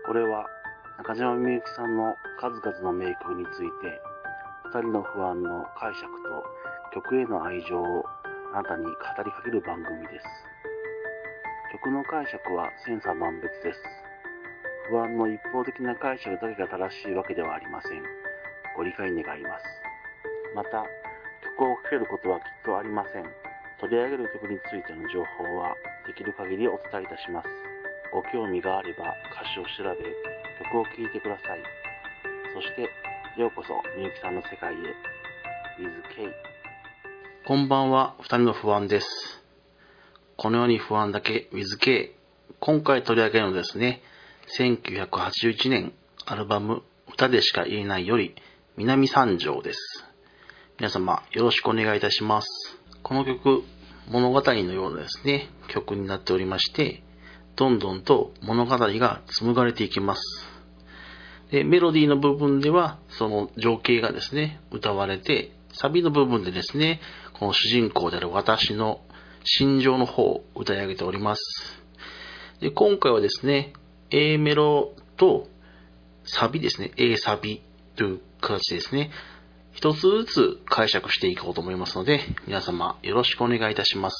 これは中島みゆきさんの数々の名曲について、二人の不安の解釈と曲への愛情をあなたに語りかける番組です。曲の解釈は千差万別です。不安の一方的な解釈だけが正しいわけではありません。ご理解願います。また、曲をかけることはきっとありません。取り上げる曲についての情報はできる限りお伝えいたします。ご興味があれば歌詞を調べ、曲を聴いてください。そして、ようこそみゆきさんの世界へ。WithK。こんばんは、二人の不安です。この世に不安だけ WithK。今回取り上げるのですね、1981年アルバム歌でしか言えないより南三条です。皆様よろしくお願いいたします。この曲、物語のようなですね、曲になっておりまして、どんどんと物語が紡がれていきます。で、メロディーの部分ではその情景がですね、歌われて、サビの部分でですね、この主人公である私の心情の方を歌い上げております。で、今回はですね、A メロとサビですね、A サビという形ですね、一つずつ解釈していこうと思いますので、皆様よろしくお願いいたします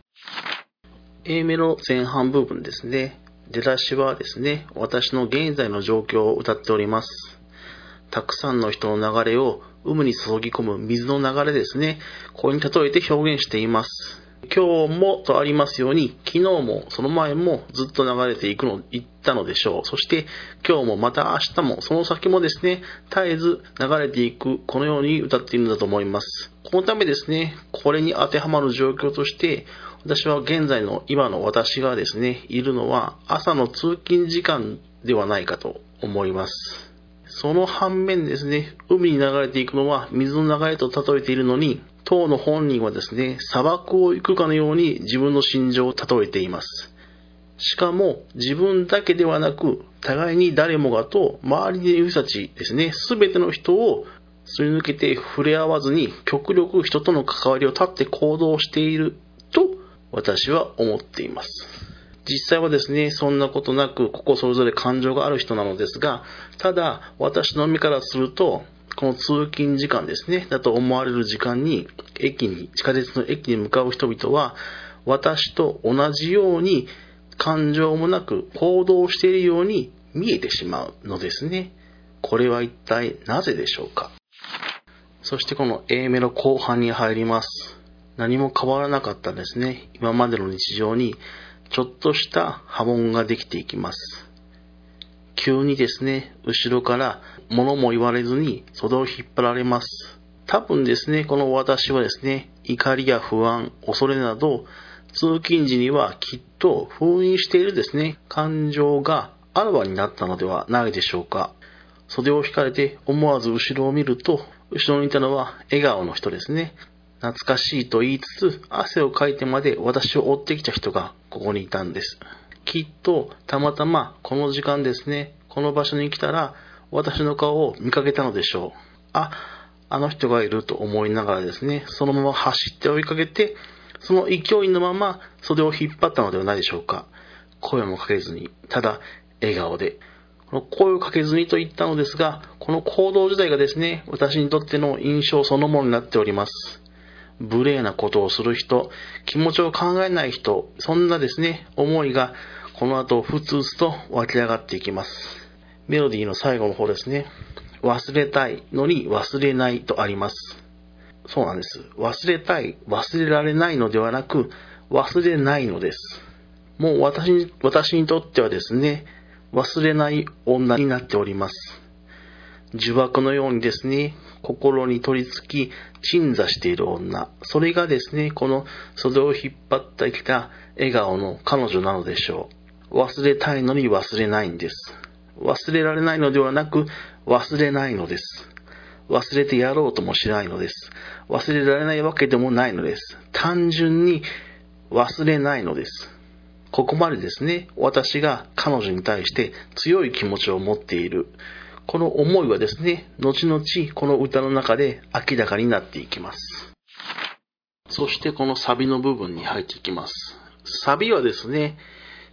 。A メロ前半部分ですね。出だしはですね、私の現在の状況を歌っております。たくさんの人の流れを海に注ぎ込む水の流れですね。これに例えて表現しています。今日もとありますように、昨日もその前もずっと流れていったのでしょう。そして今日もまた明日もその先もですね、絶えず流れていく、このように歌っているのだと思います。このためですね、これに当てはまる状況として、私は現在の今の私がですね、いるのは朝の通勤時間ではないかと思います。その反面ですね、海に流れていくのは水の流れと例えているのに、当の本人はですね、砂漠を行くかのように自分の心情を例えています。しかも自分だけではなく、互いに誰もがと周りにいる人たちですね、すべての人をすり抜けて触れ合わずに極力人との関わりを断って行動していると私は思っています。実際はですね、そんなことなく、ここそれぞれ感情がある人なのですが、ただ私の目からすると、この通勤時間ですね、だと思われる時間に、地下鉄の駅に向かう人々は、私と同じように感情もなく行動しているように見えてしまうのですね。これは一体なぜでしょうか。そしてこの A メロ後半に入ります。何も変わらなかったですね、今までの日常にちょっとした波紋ができていきます。急にですね、後ろから物も言われずに袖を引っ張られます。多分ですね、この私はですね、怒りや不安、恐れなど、通勤時にはきっと封印しているですね、感情があらわになったのではないでしょうか。袖を引かれて思わず後ろを見ると、後ろにいたのは笑顔の人ですね。懐かしいと言いつつ、汗をかいてまで私を追ってきた人がここにいたんです。きっとたまたまこの時間ですね、この場所に来たら私の顔を見かけたのでしょう。あの人がいると思いながらですね、そのまま走って追いかけて、その勢いのまま袖を引っ張ったのではないでしょうか。声もかけずに、ただ笑顔で。この声をかけずにと言ったのですが、この行動自体がですね、私にとっての印象そのものになっております。無礼なことをする人、気持ちを考えない人、そんなですね、思いがこの後ふつふつと湧き上がっていきます。メロディーの最後の方ですね、忘れたいのに忘れないとあります。そうなんです。忘れたい、忘れられないのではなく、忘れないのです。もう私にとってはですね、忘れない女になっております。呪縛のようにですね、心に取り付き鎮座している女、それがですね、この袖を引っ張ってきた笑顔の彼女なのでしょう。忘れたいのに忘れないんです。忘れられないのではなく、忘れないのです。忘れてやろうともしないのです。忘れられないわけでもないのです。単純に忘れないのです。ここまでですね、私が彼女に対して強い気持ちを持っている。この思いはですね、後々この歌の中で明らかになっていきます。そしてこのサビの部分に入っていきます。サビはですね、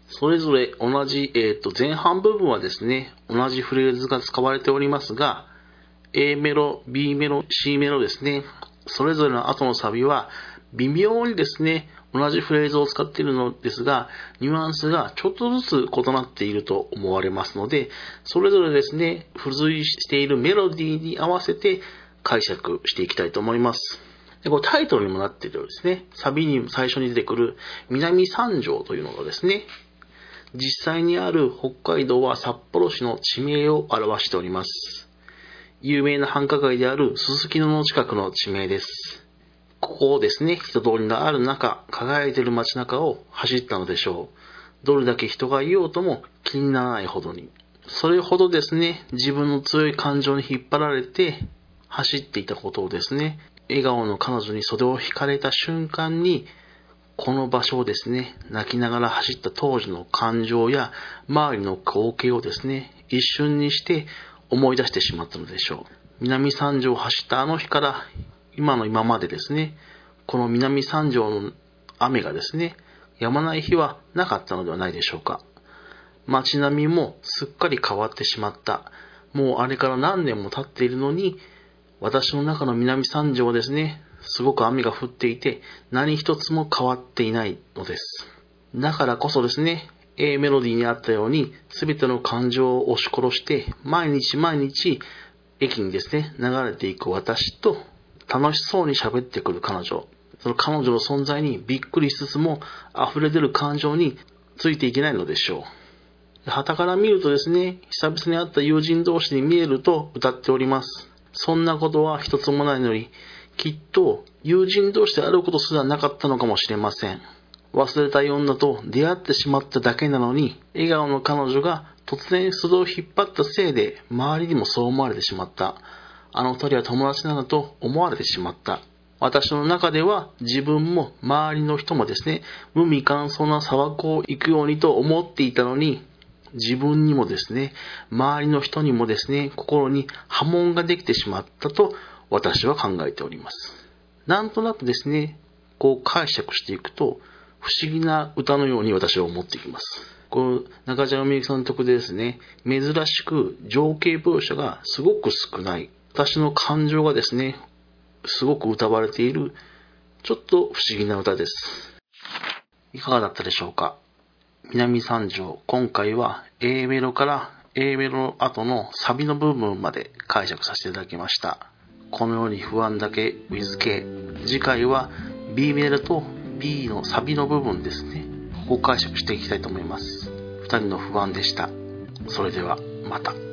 それぞれ同じ、前半部分はですね、同じフレーズが使われておりますが、A メロ、B メロ、C メロですね、それぞれの後のサビは微妙にですね、同じフレーズを使っているのですが、ニュアンスがちょっとずつ異なっていると思われますので、それぞれですね、付随しているメロディーに合わせて解釈していきたいと思います。で、これタイトルにもなっているようですね、サビに最初に出てくる南三条というのがですね、実際にある北海道は札幌市の地名を表しております。有名な繁華街であるすすきのの近くの地名です。ここをですね、人通りのある中、輝いている街中を走ったのでしょう。どれだけ人がいようとも気にならないほどに。それほどですね、自分の強い感情に引っ張られて走っていたことをですね、笑顔の彼女に袖を引かれた瞬間に、この場所をですね、泣きながら走った当時の感情や周りの光景をですね、一瞬にして思い出してしまったのでしょう。南三条を走ったあの日から今の今までですね、この南三条の雨がですね、止まない日はなかったのではないでしょうか。街並みもすっかり変わってしまった。もうあれから何年も経っているのに、私の中の南三条はですね、すごく雨が降っていて、何一つも変わっていないのです。だからこそですね、A メロディーにあったように、すべての感情を押し殺して、毎日毎日、駅にですね、流れていく私と、楽しそうに喋ってくる彼女。その彼女の存在にびっくりしつつも、溢れ出る感情についていけないのでしょう。傍から見るとですね、久々に会った友人同士に見えると歌っております。そんなことは一つもないのに、きっと友人同士であることすらなかったのかもしれません。忘れたい女と出会ってしまっただけなのに、笑顔の彼女が突然袖を引っ張ったせいで、周りにもそう思われてしまった。あの二人は友達なんだと思われてしまった。私の中では自分も周りの人もですね、無味乾燥な砂漠を行くようにと思っていたのに、自分にもですね、周りの人にもですね、心に波紋ができてしまったと私は考えております。なんとなくですね、こう解釈していくと、不思議な歌のように私は思っていきます。この中島みゆきさんの曲でですね、珍しく情景描写がすごく少ない。私の感情がですね、すごく歌われている、ちょっと不思議な歌です。いかがだったでしょうか。南三条、今回は A メロから A メロの後のサビの部分まで解釈させていただきました。このように不安だけ with K。次回は B メロと B のサビの部分ですね。ここを解釈していきたいと思います。2人の不安でした。それではまた。